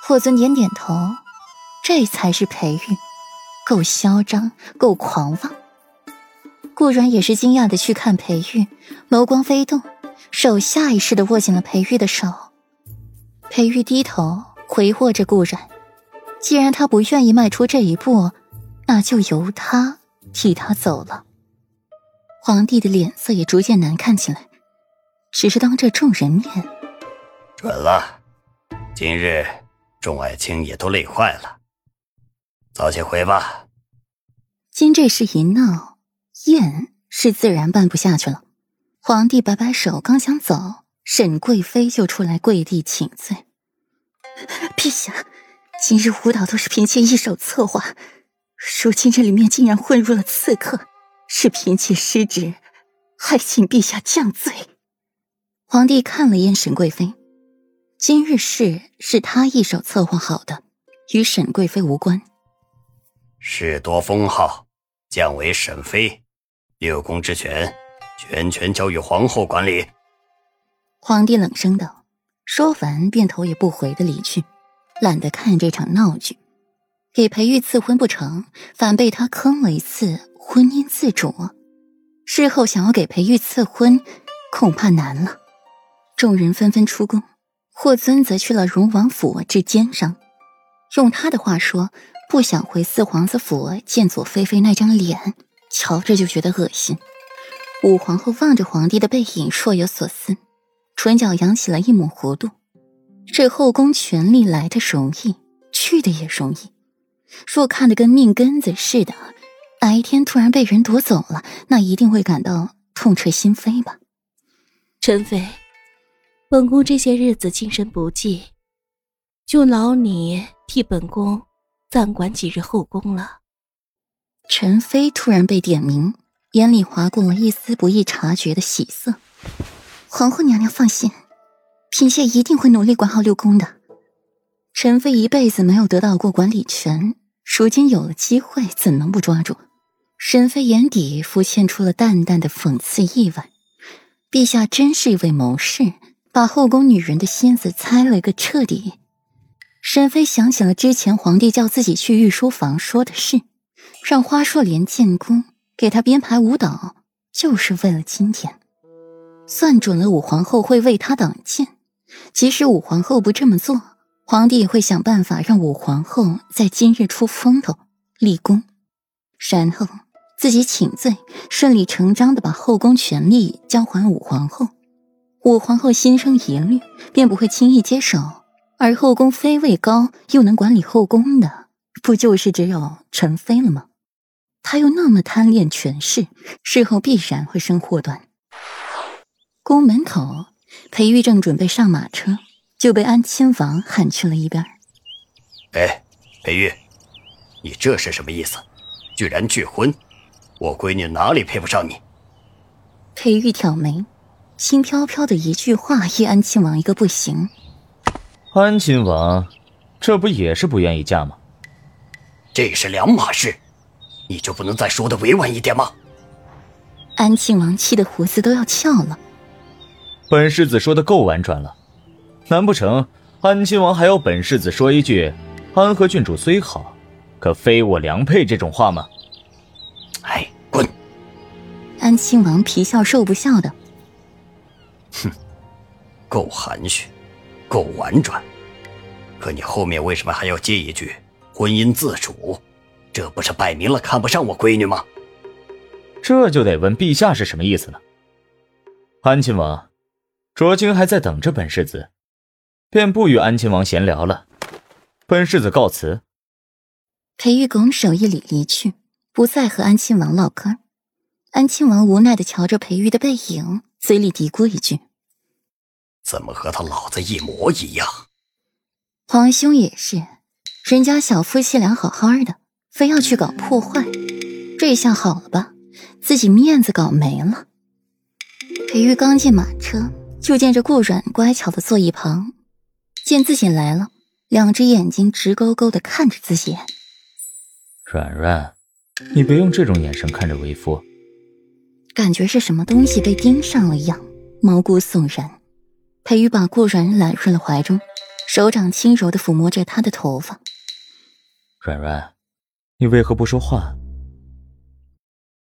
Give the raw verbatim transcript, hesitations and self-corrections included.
霍尊点点头，这才是裴玉，够嚣张，够狂妄。顾然也是惊讶的去看裴玉，眸光飞动，手下意识地握紧了裴玉的手。裴玉低头回握着顾然，既然他不愿意迈出这一步，那就由他替他走了。皇帝的脸色也逐渐难看起来，只是当着众人面， 准了，今日众爱卿也都累坏了，早些回吧。 今这事一闹，宴是自然办不下去了。皇帝摆摆手，刚想走，沈贵妃就出来跪地请罪。陛下，今日舞蹈都是嫔妾一手策划，如今这里面竟然混入了刺客，是嫔妾失职，还请陛下降罪。皇帝看了一眼沈贵妃，今日事是他一手策划好的，与沈贵妃无关。 事多封号，降为沈妃，六宫之权全权交予皇后管理。 皇帝冷声道，说完便头也不回地离去，懒得看这场闹剧。给裴玉赐婚不成，反被他坑了一次婚姻自主，事后想要给裴玉赐婚，恐怕难了。众人纷纷出宫，霍尊则去了荣王府治奸商。用他的话说，不想回四皇子府见左妃妃那张脸，瞧着就觉得恶心。武皇后望着皇帝的背影，若有所思，唇角扬起了一抹弧度。这后宫权力来的容易，去的也容易。若看得跟命根子似的，哪一天突然被人夺走了，那一定会感到痛彻心扉吧。 陈妃，本宫这些日子精神不济，就劳你替本宫暂管几日后宫了。 陈妃突然被点名，眼里划过了一丝不易察觉的喜色。皇后娘娘放心，嫔妾一定会努力管好六宫的。陈妃一辈子没有得到过管理权，如今有了机会，怎能不抓住？沈妃眼底浮现出了淡淡的讽刺意味。陛下真是一位谋士，把后宫女人的心思猜了个彻底。沈妃想起了之前皇帝叫自己去御书房说的事，让花硕莲进宫给他编排舞蹈，就是为了今天。算准了武皇后会为他挡箭，即使武皇后不这么做，皇帝也会想办法让武皇后在今日出风头立功，然后自己请罪，顺理成章地把后宫权力交还武皇后。武皇后心生疑虑，便不会轻易接手，而后宫妃位高又能管理后宫的，不就是只有陈妃了吗？她又那么贪恋权势，事后必然会生祸端。宫门口，裴玉正准备上马车，就被安亲王喊去了一边。 哎，裴玉，你这是什么意思？居然拒婚，我闺女哪里配不上你？ 裴玉挑眉，轻飘飘的一句话噎安亲王一个不行。 安亲王，这不也是不愿意嫁吗？ 这是两码事，你就不能再说的委婉一点吗？ 安亲王气得胡子都要翘了。 本世子说的够婉转了，难不成安亲王还要本世子说一句安和郡主虽好，可非我良配这种话吗？ 哎，滚！ 安亲王皮笑肉不笑的。 哼，够含蓄，够婉转，可你后面为什么还要接一句婚姻自主？这不是摆明了看不上我闺女吗？ 这就得问陛下是什么意思了。安亲王，卓京还在等着本世子，便不与安亲王闲聊了，本世子告辞。 裴玉拱手一礼离去，不再和安亲王唠嗑。安亲王无奈地瞧着裴玉的背影，嘴里嘀咕一句： 怎么和他老子一模一样？ 皇兄也是，人家小夫妻俩好好的，非要去搞破坏，这下好了吧，自己面子搞没了。裴玉刚进马车，就见着顾阮乖巧地坐一旁，见自己来了，两只眼睛直勾勾地看着自己。 阮阮，你别用这种眼神看着为夫。 感觉是什么东西被盯上了一样，毛骨悚然。裴玉把顾阮揽入了怀中， 手掌轻柔地抚摸着她的头发。 软软，你为何不说话？